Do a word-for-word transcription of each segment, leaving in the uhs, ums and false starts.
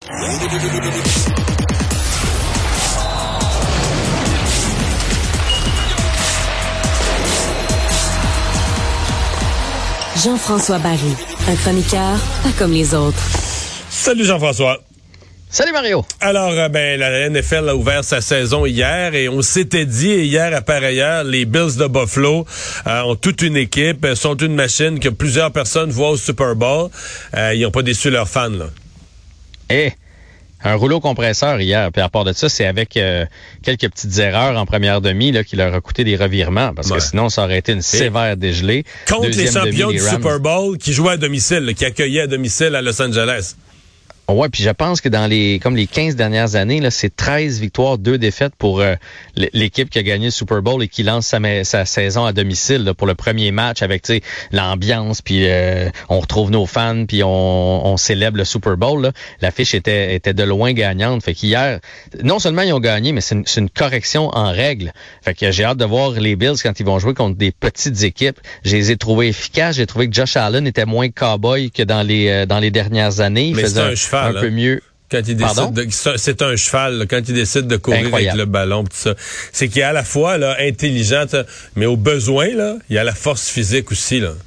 Jean-François Barry, un chroniqueur pas comme les autres. Salut Jean-François. Salut Mario. Alors, euh, ben, la N F L a ouvert sa saison hier et on s'était dit hier à pareille heure, les Bills de Buffalo euh, ont toute une équipe, sont une machine que plusieurs personnes voient au Super Bowl. Euh, ils n'ont pas déçu leurs fans, là. Eh, un rouleau compresseur hier. Puis à part de ça, c'est avec euh, quelques petites erreurs en première demi là, qui leur a coûté des revirements parce ouais. que sinon, ça aurait été une sévère dégelée. Contre Deuxième les champions demi, du les Super Bowl qui jouaient à domicile, là, qui accueillaient à domicile à Los Angeles. Ouais, puis je pense que dans les comme les quinze dernières années, là, c'est treize victoires, deux défaites pour euh, l'équipe qui a gagné le Super Bowl et qui lance sa, sa saison à domicile là, pour le premier match avec tu sais l'ambiance, puis euh, on retrouve nos fans, puis on, on célèbre le Super Bowl. Là. L'affiche était était de loin gagnante. Fait qu'hier, non seulement ils ont gagné, mais c'est une, c'est une correction en règle. Fait que j'ai hâte de voir les Bills quand ils vont jouer contre des petites équipes. Je les ai trouvés efficaces. J'ai trouvé que Josh Allen était moins cow-boy que dans les euh, dans les dernières années. Il mais faisait c'est un cheval. Un peu mieux. Quand il décide de, c'est un cheval, là, quand il décide de courir Incroyable. Avec le ballon, tout ça. C'est qu'il est à la fois là, intelligent, mais au besoin, là, il a la force physique aussi, là.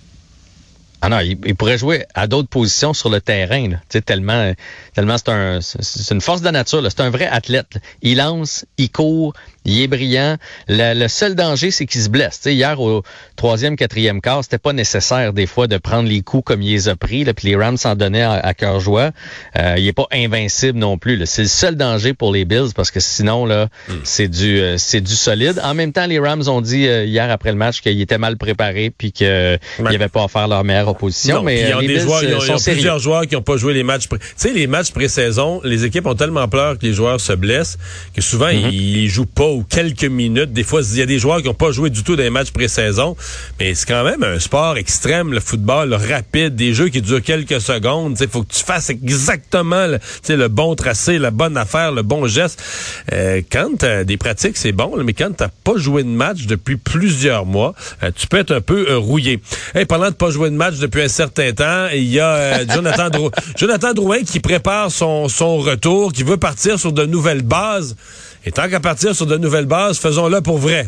Ah non, il, il pourrait jouer à d'autres positions sur le terrain, là. Tu sais, tellement, tellement c'est un, c'est une force de la nature, là. C'est un vrai athlète, là. Il lance, il court, il est brillant. Le, le seul danger, c'est qu'il se blesse. Tu sais, hier, au troisième, quatrième quart, c'était pas nécessaire, des fois, de prendre les coups comme il les a pris, là, puis les Rams s'en donnaient à, à cœur joie. Euh, il est pas invincible non plus, là. C'est le seul danger pour les Bills, parce que sinon, là, mm. c'est du, euh, c'est du solide. En même temps, les Rams ont dit, euh, hier, après le match, qu'ils étaient mal préparés, puis qu'ils ouais. n'avaient pas à faire leur meilleure opposition. Non, mais ils ont les des Bills, joueurs, ils ont, ils ont plusieurs joueurs qui n'ont pas joué les matchs. Pré- tu sais, les matchs pré-saison, les équipes ont tellement peur que les joueurs se blessent que souvent mm-hmm. ils, ils jouent pas ou quelques minutes. Des fois, il y a des joueurs qui n'ont pas joué du tout dans les matchs pré-saison, mais c'est quand même un sport extrême, le football, le rapide, des jeux qui durent quelques secondes. Il faut que tu fasses exactement le, le bon tracé, la bonne affaire, le bon geste. Euh, quand t'as des pratiques, c'est bon, là, mais quand t'as pas joué de match depuis plusieurs mois, euh, tu peux être un peu euh, rouillé. Hey, parlant de pas jouer de match depuis un certain temps, il y a euh, Jonathan, Drou- Jonathan Drouin qui prépare son, son retour, qui veut partir sur de nouvelles bases. Et tant qu'à partir sur de nouvelles bases, faisons-le pour vrai.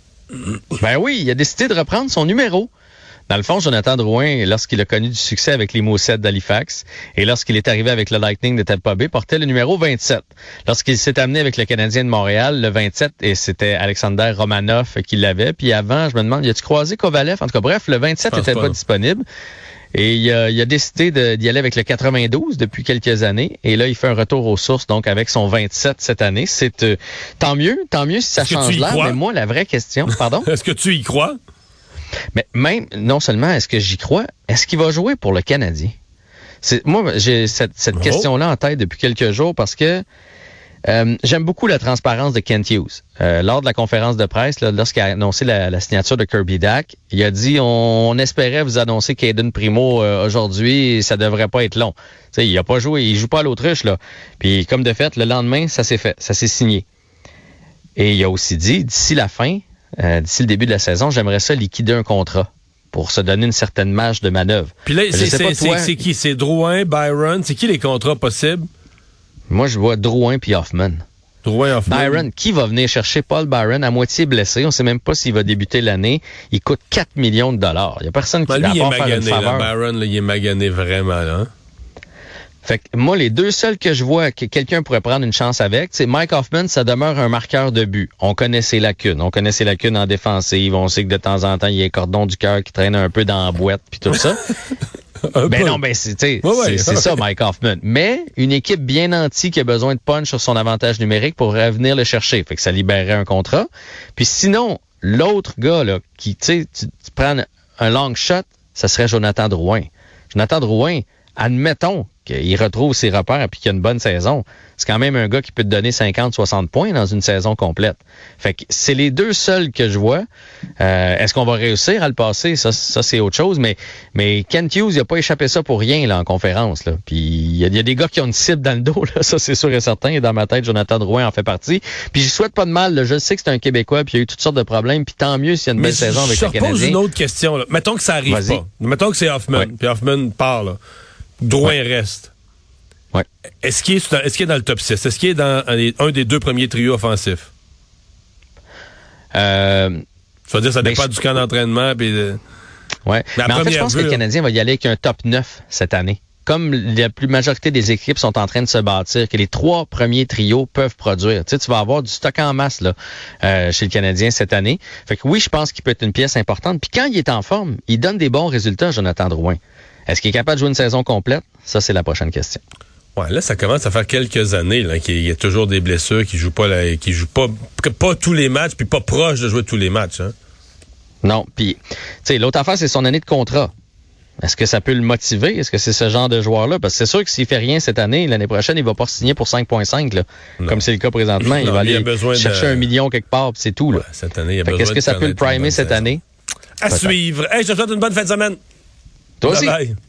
Ben oui, il a décidé de reprendre son numéro. Dans le fond, Jonathan Drouin, lorsqu'il a connu du succès avec les Mousettes d'Halifax et lorsqu'il est arrivé avec le Lightning de Tampa Bay, portait le numéro vingt-sept. Lorsqu'il s'est amené avec le Canadien de Montréal, le vingt-sept, et c'était Alexander Romanov qui l'avait. Puis avant, je me demande, y a-tu croisé Kovalev? En tout cas, bref, le vingt-sept n'était pas, pas disponible. Et il a, il a décidé de, d'y aller avec le quatre-vingt-douze depuis quelques années. Et là, il fait un retour aux sources, donc avec son vingt-sept cette année. C'est euh, tant mieux, tant mieux si ça est-ce change l'air. Mais moi, la vraie question, pardon? Est-ce que tu y crois? Mais même, non seulement est-ce que j'y crois, est-ce qu'il va jouer pour le Canadien? C'est, moi, j'ai cette, cette oh. question-là en tête depuis quelques jours parce que Euh, j'aime beaucoup la transparence de Kent Hughes. Euh, lors de la conférence de presse, là, lorsqu'il a annoncé la, la signature de Kirby Dach, il a dit on, on espérait vous annoncer Caden Primo euh, aujourd'hui, ça devrait pas être long. T'sais, il a pas joué, il joue pas à l'autruche là. Puis comme de fait, le lendemain, ça s'est fait, ça s'est signé. Et il a aussi dit d'ici la fin, euh, d'ici le début de la saison, j'aimerais ça liquider un contrat pour se donner une certaine marge de manœuvre. Puis là, c'est, c'est, c'est, c'est qui? C'est Drouin, Byron? C'est qui les contrats possibles? Moi, je vois Drouin puis Hoffman. Drouin, Hoffman. Byron, qui va venir chercher Paul Byron à moitié blessé? On ne sait même pas s'il va débuter l'année. Il coûte quatre millions de dollars. Il n'y a personne qui va faire une faveur. Là, Byron, là, il est magané vraiment, là. Fait que moi, les deux seuls que je vois que quelqu'un pourrait prendre une chance avec, c'est Mike Hoffman, ça demeure un marqueur de but. On connaît ses lacunes. On connaît ses lacunes en défensive. On sait que de temps en temps, il y a un cordon du cœur qui traîne un peu dans la boîte puis tout ça. ben non, ben c'est, ouais, ouais, c'est, c'est ça, Mike Hoffman. Mais une équipe bien nantie qui a besoin de punch sur son avantage numérique pour venir le chercher. Fait que ça libérerait un contrat. Puis sinon, l'autre gars là, qui, tu sais, tu prends un long shot, ça serait Jonathan Drouin. Jonathan Drouin, admettons qu'il retrouve ses repères et qu'il a une bonne saison. C'est quand même un gars qui peut te donner cinquante soixante points dans une saison complète. Fait que c'est les deux seuls que je vois. Euh, est-ce qu'on va réussir à le passer? Ça, ça c'est autre chose. Mais, mais Kent Hughes, il a pas échappé ça pour rien là en conférence. Là. Puis il y, y a des gars qui ont une cible dans le dos. Là. Ça, c'est sûr et certain. Et dans ma tête, Jonathan Drouin en fait partie. Puis je souhaite pas de mal. Là. Je sais que c'est un Québécois puis il y a eu toutes sortes de problèmes. Puis tant mieux s'il y a une belle saison avec le Canadien. Je te pose une autre question. Là. Mettons que ça arrive Vas-y. pas. Mettons que c'est Hoffman. Ouais. Puis Hoffman part. Là. Drouin ouais. reste. Ouais. Est-ce qu'il est, est-ce qu'il est dans le top six? Est-ce qu'il est dans un des deux premiers trios offensifs? Euh, Ça veut dire ça ben, dépend je... du camp d'entraînement. Puis de... Ouais. Mais, mais en fait, je pense vue, que le Canadien va y aller avec un top neuf cette année. Comme la plus majorité des équipes sont en train de se bâtir, que les trois premiers trios peuvent produire. Tu sais, tu vas avoir du stock en masse là euh, chez le Canadien cette année. Fait que oui, je pense qu'il peut être une pièce importante. Puis quand il est en forme, il donne des bons résultats, Jonathan Drouin. Est-ce qu'il est capable de jouer une saison complète? Ça, c'est la prochaine question. Ouais, là, ça commence à faire quelques années là, qu'il y a toujours des blessures, qu'il joue pas, là, qu'il joue pas, pas tous les matchs, puis pas proche de jouer tous les matchs. Hein. Non, puis, tu sais, l'autre affaire, c'est son année de contrat. Est-ce que ça peut le motiver? Est-ce que c'est ce genre de joueur-là? Parce que c'est sûr que s'il fait rien cette année, l'année prochaine, il va pas signer pour cinq virgule cinq, là, comme c'est le cas présentement. Il non, va aller chercher de... un million quelque part, puis c'est tout. Là. Ouais, cette année, il a fait besoin Est-ce que ça peut le primer cette année? À Peut-être. Suivre. Hey, je te souhaite une bonne fin de semaine. Toi aussi. Bye bye.